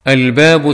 الباب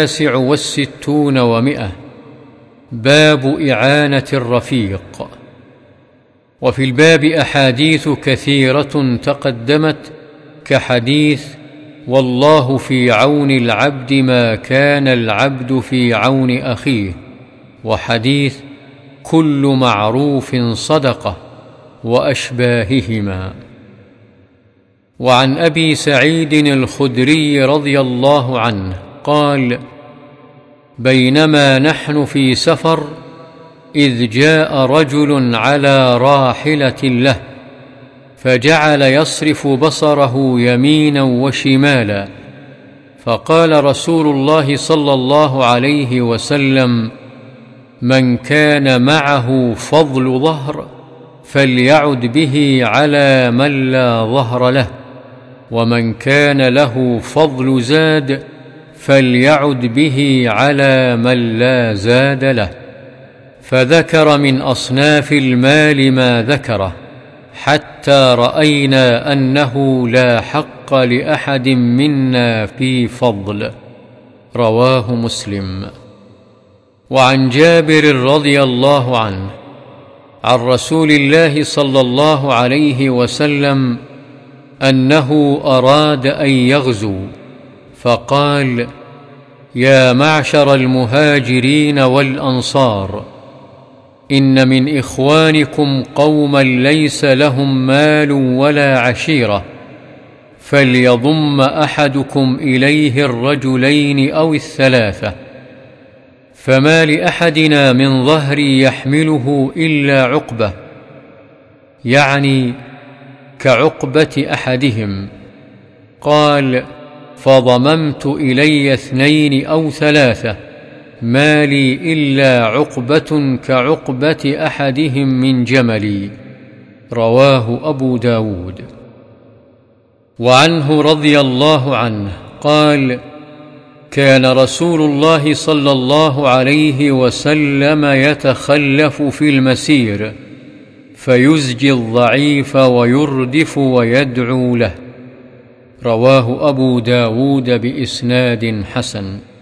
69 باب إعانة الرفيق. وفي الباب أحاديث كثيرة تقدمت، كحديث والله في عون العبد ما كان العبد في عون أخيه، وحديث كل معروف صدقة، وأشباههما. وعن أبي سعيد الخدري رضي الله عنه قال: بينما نحن في سفر إذ جاء رجل على راحلة له، فجعل يصرف بصره يمينا وشمالا، فقال رسول الله صلى الله عليه وسلم: من كان معه فضل ظهر فليعد به على من لا ظهر له، ومن كان له فضل زاد فليعد به على من لا زاد له. فذكر من أصناف المال ما ذكره، حتى رأينا أنه لا حق لأحد منا في فضل. رواه مسلم. وعن جابر رضي الله عنه عن رسول الله صلى الله عليه وسلم أنه أراد أن يغزو، فقال: يا معشر المهاجرين والأنصار، إن من إخوانكم قوما ليس لهم مال ولا عشيرة، فليضم أحدكم إليه الرجلين أو الثلاثة، فما لأحدنا من ظهر يحمله إلا عقبة، يعني كعقبة أحدهم. قال: فضممت إلي 2 أو 3، ما لي إلا عقبة كعقبة أحدهم من جملي. رواه أبو داود. وعنه رضي الله عنه قال: كان رسول الله صلى الله عليه وسلم يتخلف في المسير، فيزجي الضعيف ويردف ويدعو له. رواه أبو داود بإسناد حسن.